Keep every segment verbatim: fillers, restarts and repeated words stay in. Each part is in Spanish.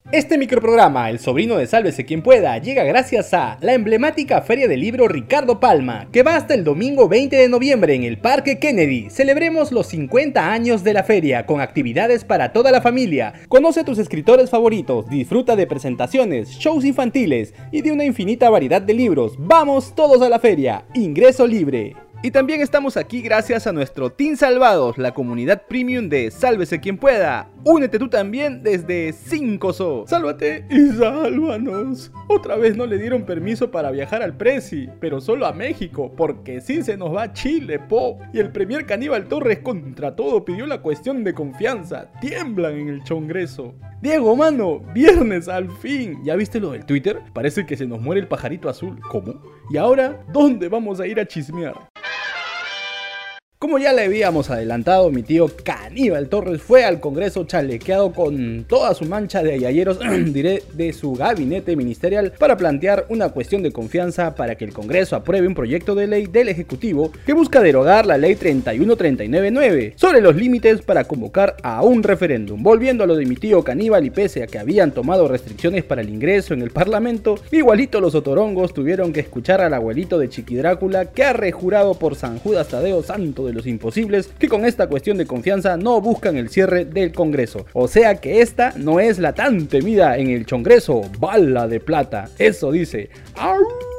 Este microprograma, El sobrino de Sálvese quien pueda, llega gracias a la emblemática Feria del Libro Ricardo Palma, que va hasta el domingo veinte de noviembre en el Parque Kennedy. Celebremos los cincuenta años de la feria con actividades para toda la familia. Conoce a tus escritores favoritos, disfruta de presentaciones, shows infantiles y de una infinita variedad de libros. ¡Vamos todos a la feria! Ingreso libre. Y también estamos aquí gracias a nuestro Team Salvados, la comunidad premium de Sálvese quien pueda. Únete tú también desde cinco so. Sálvate y sálvanos. Otra vez no le dieron permiso para viajar al Prezi, pero solo a México, porque sí se nos va a Chile, po. Y el premier Caníbal Torres contra todo pidió la cuestión de confianza. Tiemblan en el Congreso. Diego, mano, viernes al fin. ¿Ya viste lo del Twitter? Parece que se nos muere el pajarito azul. ¿Cómo? ¿Y ahora dónde vamos a ir a chismear? Como ya le habíamos adelantado, mi tío Caníbal Torres fue al Congreso chalequeado con toda su mancha de ayayeros, diré, de su gabinete ministerial para plantear una cuestión de confianza para que el Congreso apruebe un proyecto de ley del Ejecutivo que busca derogar la ley treinta y uno treinta y nueve nueve sobre los límites para convocar a un referéndum. Volviendo a lo de mi tío Caníbal, y pese a que habían tomado restricciones para el ingreso en el Parlamento, igualito los otorongos tuvieron que escuchar al abuelito de Chiqui Drácula, que ha rejurado por San Judas Tadeo, santo de los imposibles, que con esta cuestión de confianza no buscan el cierre del Congreso. O sea que esta no es la tan temida en el Congreso bala de plata. Eso dice. ¡Au!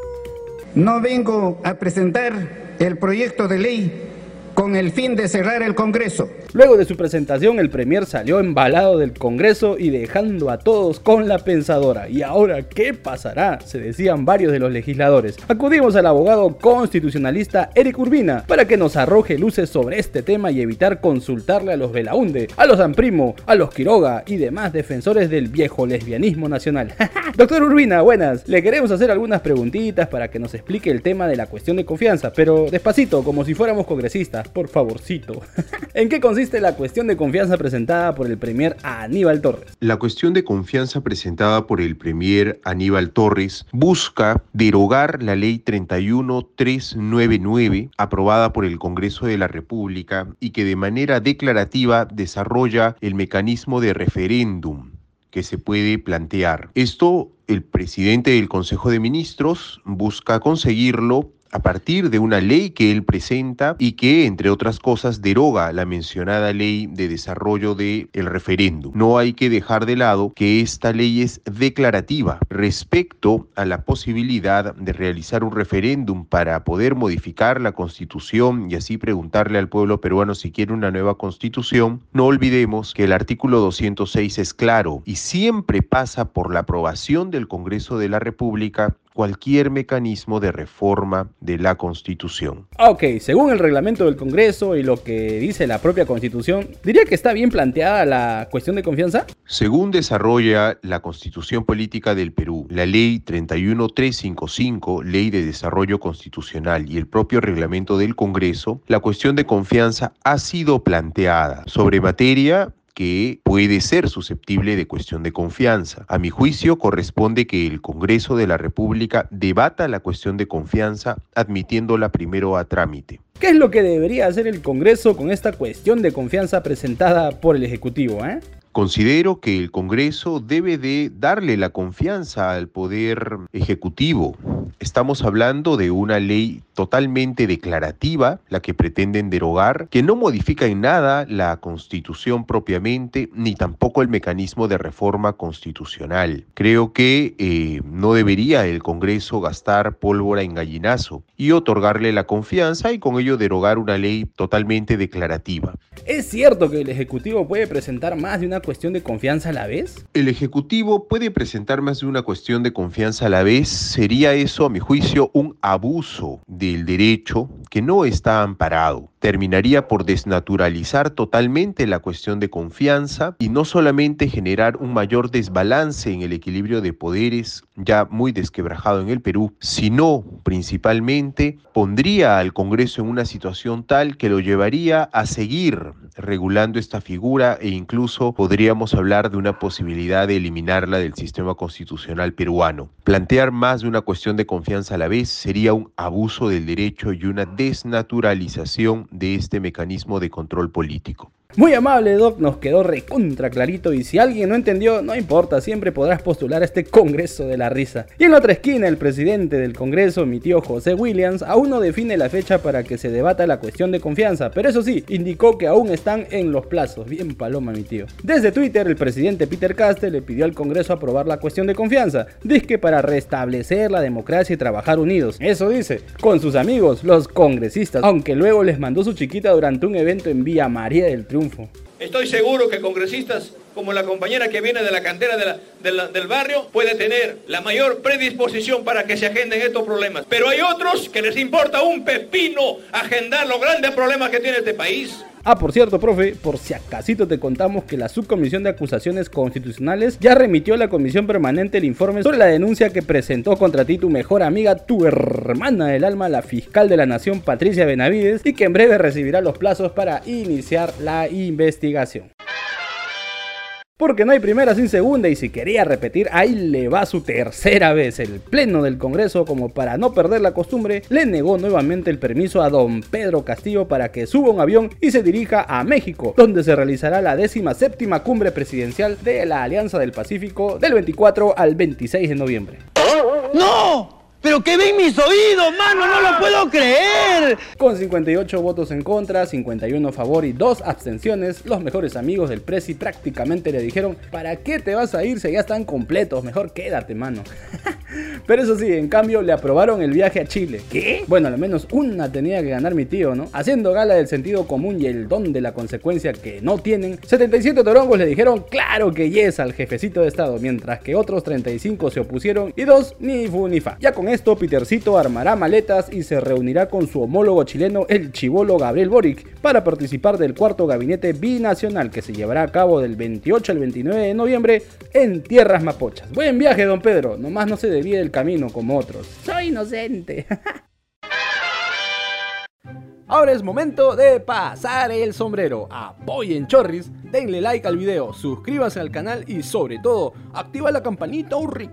No vengo a presentar el proyecto de ley con el fin de cerrar el Congreso. Luego de su presentación, el premier salió embalado del Congreso y dejando a todos con la pensadora. ¿Y ahora qué pasará?, se decían varios de los legisladores. Acudimos al abogado constitucionalista Eric Urbina para que nos arroje luces sobre este tema y evitar consultarle a los Belaunde, a los Amprimo, a los Quiroga y demás defensores del viejo lesbianismo nacional. Doctor Urbina, buenas. Le queremos hacer algunas preguntitas para que nos explique el tema de la cuestión de confianza, pero despacito, como si fuéramos congresistas, por favorcito. ¿En qué consiste la cuestión de confianza presentada por el premier Aníbal Torres? La cuestión de confianza presentada por el premier Aníbal Torres busca derogar la ley treinta y uno trescientos noventa y nueve aprobada por el Congreso de la República y que de manera declarativa desarrolla el mecanismo de referéndum que se puede plantear. Esto, el presidente del Consejo de Ministros busca conseguirlo a partir de una ley que él presenta y que, entre otras cosas, deroga la mencionada ley de desarrollo del referéndum. No hay que dejar de lado que esta ley es declarativa respecto a la posibilidad de realizar un referéndum para poder modificar la Constitución y así preguntarle al pueblo peruano si quiere una nueva Constitución. No olvidemos que el artículo doscientos seis es claro y siempre pasa por la aprobación del Congreso de la República cualquier mecanismo de reforma de la Constitución. Ok, según el reglamento del Congreso y lo que dice la propia Constitución, ¿diría que está bien planteada la cuestión de confianza? Según desarrolla la Constitución Política del Perú, la Ley treinta y uno trescientos cincuenta y cinco, Ley de Desarrollo Constitucional, y el propio reglamento del Congreso, la cuestión de confianza ha sido planteada sobre materia que puede ser susceptible de cuestión de confianza. A mi juicio, corresponde que el Congreso de la República debata la cuestión de confianza, admitiéndola primero a trámite. ¿Qué es lo que debería hacer el Congreso con esta cuestión de confianza presentada por el Ejecutivo, eh? Considero que el Congreso debe de darle la confianza al Poder Ejecutivo. Estamos hablando de una ley totalmente declarativa, la que pretenden derogar, que no modifica en nada la Constitución propiamente, ni tampoco el mecanismo de reforma constitucional. Creo que eh, no debería el Congreso gastar pólvora en gallinazo y otorgarle la confianza y con ello derogar una ley totalmente declarativa. ¿Es cierto que el Ejecutivo puede presentar más de una cuestión de confianza a la vez? El Ejecutivo puede presentar más de una cuestión de confianza a la vez. Sería eso, a mi juicio, un abuso del derecho que no está amparado. Terminaría por desnaturalizar totalmente la cuestión de confianza y no solamente generar un mayor desbalance en el equilibrio de poderes ya muy desquebrajado en el Perú, sino principalmente pondría al Congreso en una situación tal que lo llevaría a seguir regulando esta figura e incluso podríamos hablar de una posibilidad de eliminarla del sistema constitucional peruano. Plantear más de una cuestión de confianza a la vez sería un abuso del derecho y una desnaturalización de este mecanismo de control político. Muy amable, Doc, nos quedó recontra clarito y si alguien no entendió, no importa, siempre podrás postular a este Congreso de la Risa. Y en la otra esquina, el presidente del Congreso, mi tío José Williams, aún no define la fecha para que se debata la cuestión de confianza, pero eso sí, indicó que aún están en los plazos. Bien paloma, mi tío. Desde Twitter, el presidente Peter Castell le pidió al Congreso aprobar la cuestión de confianza, dizque para restablecer la democracia y trabajar unidos. Eso dice, con sus amigos, los congresistas, aunque luego les mandó su chiquita durante un evento en Villa María del Triunfo. Estoy seguro que congresistas como la compañera que viene de la cantera de la, de la, del barrio puede tener la mayor predisposición para que se agenden estos problemas. Pero hay otros que les importa un pepino agendar los grandes problemas que tiene este país. Ah, por cierto, profe, por si acasito te contamos que la Subcomisión de Acusaciones Constitucionales ya remitió a la Comisión Permanente el informe sobre la denuncia que presentó contra ti tu mejor amiga, tu hermana del alma, la fiscal de la Nación, Patricia Benavides, y que en breve recibirá los plazos para iniciar la investigación. Porque no hay primera sin segunda y si quería repetir, ahí le va su tercera vez. El pleno del Congreso, como para no perder la costumbre, le negó nuevamente el permiso a don Pedro Castillo para que suba un avión y se dirija a México, donde se realizará la décima séptima cumbre presidencial de la Alianza del Pacífico del veinticuatro al veintiséis de noviembre. ¡No! ¡Pero qué ven mis oídos, mano! ¡No lo puedo creer! Con cincuenta y ocho votos en contra, cincuenta y uno a favor y dos abstenciones, los mejores amigos del presi prácticamente le dijeron: ¿para qué te vas a ir si ya están completos? Mejor quédate, mano. Pero eso sí, en cambio le aprobaron el viaje a Chile. ¿Qué? Bueno, al menos una tenía que ganar mi tío, ¿no? Haciendo gala del sentido común y el don de la consecuencia que no tienen, setenta y siete torongos le dijeron claro que yes al jefecito de estado, mientras que otros treinta y cinco se opusieron y dos ni fu ni fa. Ya con esto, Petercito armará maletas y se reunirá con su homólogo chileno, el chibolo Gabriel Boric, para participar del cuarto gabinete binacional que se llevará a cabo del veintiocho al veintinueve de noviembre en tierras mapochas. Buen viaje, don Pedro, nomás no se desvíe del camino como otros. Soy inocente. Ahora es momento de pasar el sombrero. Apoyen Chorris, denle like al video, suscríbanse al canal y sobre todo, activa la campanita un rico.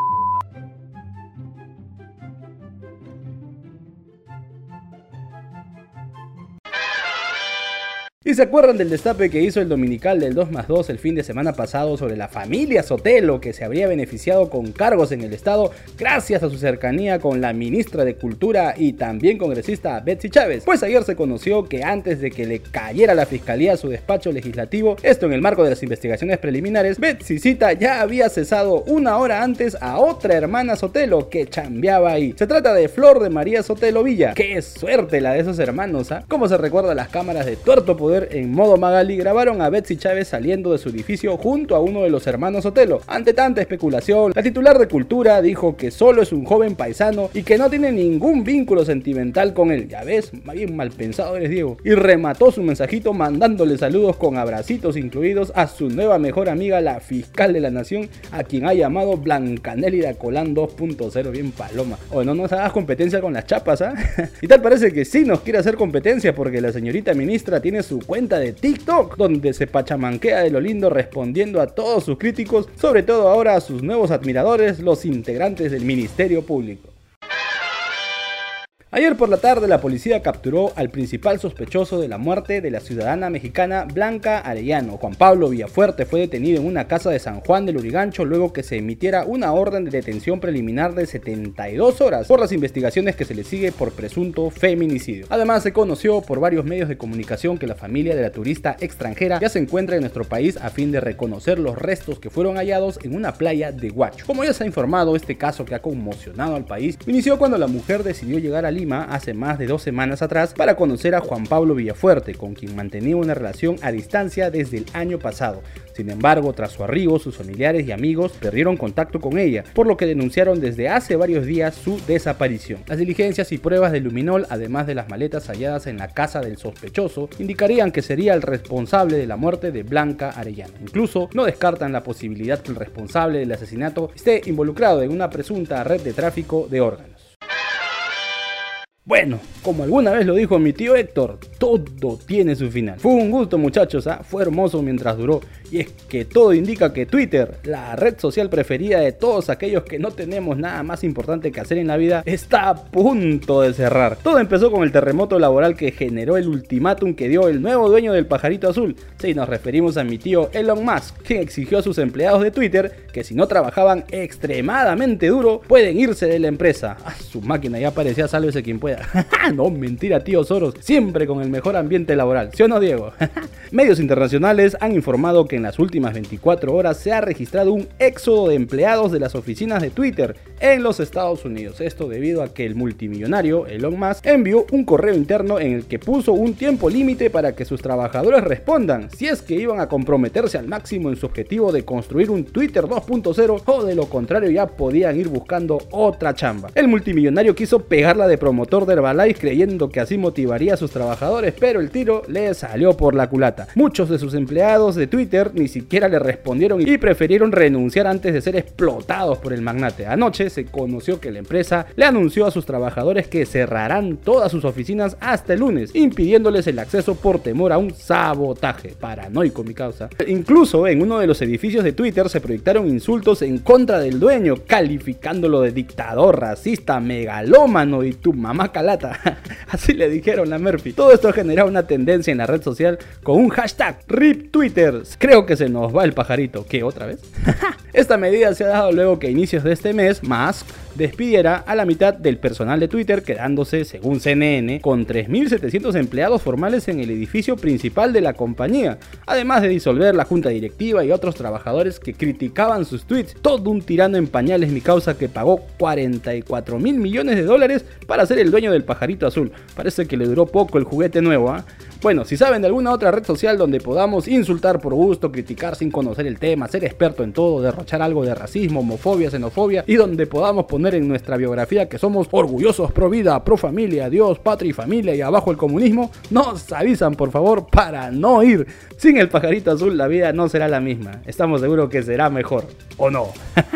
¿Y se acuerdan del destape que hizo el dominical del dos más dos el fin de semana pasado sobre la familia Sotelo, que se habría beneficiado con cargos en el estado gracias a su cercanía con la ministra de Cultura y también congresista Betsy Chávez? Pues ayer se conoció que antes de que le cayera la fiscalía a su despacho legislativo, esto en el marco de las investigaciones preliminares, Betsycita ya había cesado una hora antes a otra hermana Sotelo que chambeaba ahí. Se trata de Flor de María Sotelo Villa. ¡Qué suerte la de esos hermanos! ¿ah? Como se recuerda, las cámaras de Tuerto Poder en modo Magali grabaron a Betsy Chávez saliendo de su edificio junto a uno de los hermanos Sotelo. Ante tanta especulación, la titular de Cultura dijo que solo es un joven paisano y que no tiene ningún vínculo sentimental con él. Ya ves, bien mal pensado eres, Diego. Y remató su mensajito mandándole saludos con abracitos incluidos a su nueva mejor amiga, la fiscal de la nación, a quien ha llamado Blancanélida Colán dos punto cero. Bien paloma. O no nos hagas competencia con las chapas, ¿ah? ¿eh? Y tal parece que sí nos quiere hacer competencia, porque la señorita ministra tiene su cuenta de TikTok donde se pachamanquea de lo lindo respondiendo a todos sus críticos, sobre todo ahora a sus nuevos admiradores, los integrantes del Ministerio Público. Ayer por la tarde la policía capturó al principal sospechoso de la muerte de la ciudadana mexicana Blanca Arellano. Juan Pablo Villafuerte fue detenido en una casa de San Juan del Urigancho luego que se emitiera una orden de detención preliminar de setenta y dos horas por las investigaciones que se le sigue por presunto feminicidio. Además, se conoció por varios medios de comunicación que la familia de la turista extranjera ya se encuentra en nuestro país a fin de reconocer los restos que fueron hallados en una playa de Huacho. Como ya se ha informado, este caso que ha conmocionado al país inició cuando la mujer decidió llegar a Lima hace más de dos semanas atrás para conocer a Juan Pablo Villafuerte, con quien mantenía una relación a distancia desde el año pasado. Sin embargo, tras su arribo, sus familiares y amigos perdieron contacto con ella, por lo que denunciaron desde hace varios días su desaparición. Las diligencias y pruebas de luminol, además de las maletas halladas en la casa del sospechoso, indicarían que sería el responsable de la muerte de Blanca Arellano. Incluso no descartan la posibilidad que el responsable del asesinato esté involucrado en una presunta red de tráfico de órganos. Bueno, como alguna vez lo dijo mi tío Héctor, todo tiene su final. Fue un gusto, muchachos, ¿eh? Fue hermoso mientras duró. Y es que todo indica que Twitter, la red social preferida de todos aquellos que no tenemos nada más importante que hacer en la vida, está a punto de cerrar. Todo empezó con el terremoto laboral que generó el ultimátum que dio el nuevo dueño del pajarito azul. Sí, nos referimos a mi tío Elon Musk, quien exigió a sus empleados de Twitter que si no trabajaban extremadamente duro, pueden irse de la empresa. Ah, su máquina ya parecía sálvese quien pueda. No, mentira, tío Soros, siempre con el mejor ambiente laboral, ¿sí o no, Diego? Medios internacionales han informado que en las últimas veinticuatro horas se ha registrado un éxodo de empleados de las oficinas de Twitter en los Estados Unidos. Esto debido a que el multimillonario Elon Musk envió un correo interno en el que puso un tiempo límite para que sus trabajadores respondan si es que iban a comprometerse al máximo en su objetivo de construir un Twitter dos punto cero o de lo contrario ya podían ir buscando otra chamba. El multimillonario quiso pegarla de promotor de Herbalife creyendo que así motivaría a sus trabajadores, pero el tiro le salió por la culata. Muchos de sus empleados de Twitter ni siquiera le respondieron y prefirieron renunciar antes de ser explotados por el magnate. Anoche se conoció que la empresa le anunció a sus trabajadores que cerrarán todas sus oficinas hasta el lunes, impidiéndoles el acceso por temor a un sabotaje. Paranoico, mi causa. Incluso en uno de los edificios de Twitter se proyectaron insultos en contra del dueño, calificándolo de dictador, racista, megalómano y tu mamá calata. Así le dijeron a Murphy. Todo esto ha generado una tendencia en la red social con un hashtag RIP Twitter. Creo que se nos va el pajarito. ¿Qué, otra vez? Esta medida se ha dado luego que a inicios de este mes Musk despidiera a la mitad del personal de Twitter, quedándose, según C N N, con tres mil setecientos empleados formales en el edificio principal de la compañía, además de disolver la junta directiva y otros trabajadores que criticaban sus tweets. Todo un tirano en pañales, mi causa, que pagó cuarenta y cuatro mil millones de dólares para ser el dueño del pajarito azul. Parece que le duró poco el juguete nuevo, ¿ah? ¿eh? Bueno, si saben de alguna otra red social donde podamos insultar por gusto, criticar sin conocer el tema, ser experto en todo, derrochar algo de racismo, homofobia, xenofobia, y donde podamos poner en nuestra biografía que somos orgullosos pro vida, pro familia, Dios, patria y familia y abajo el comunismo, nos avisan por favor para no ir. Sin el pajarito azul la vida no será la misma. Estamos seguros que será mejor, ¿o no?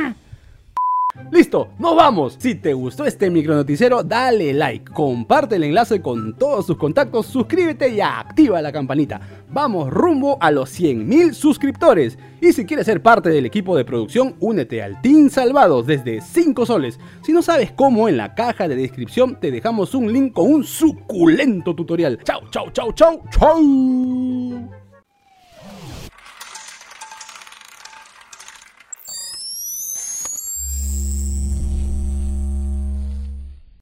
¡Listo! ¡Nos vamos! Si te gustó este micronoticiero, dale like, comparte el enlace con todos tus contactos, suscríbete y activa la campanita. Vamos rumbo a los cien mil suscriptores. Y si quieres ser parte del equipo de producción, únete al Team Salvados desde cinco soles. Si no sabes cómo, en la caja de descripción te dejamos un link con un suculento tutorial. ¡Chau, chau, chau, chau, chau!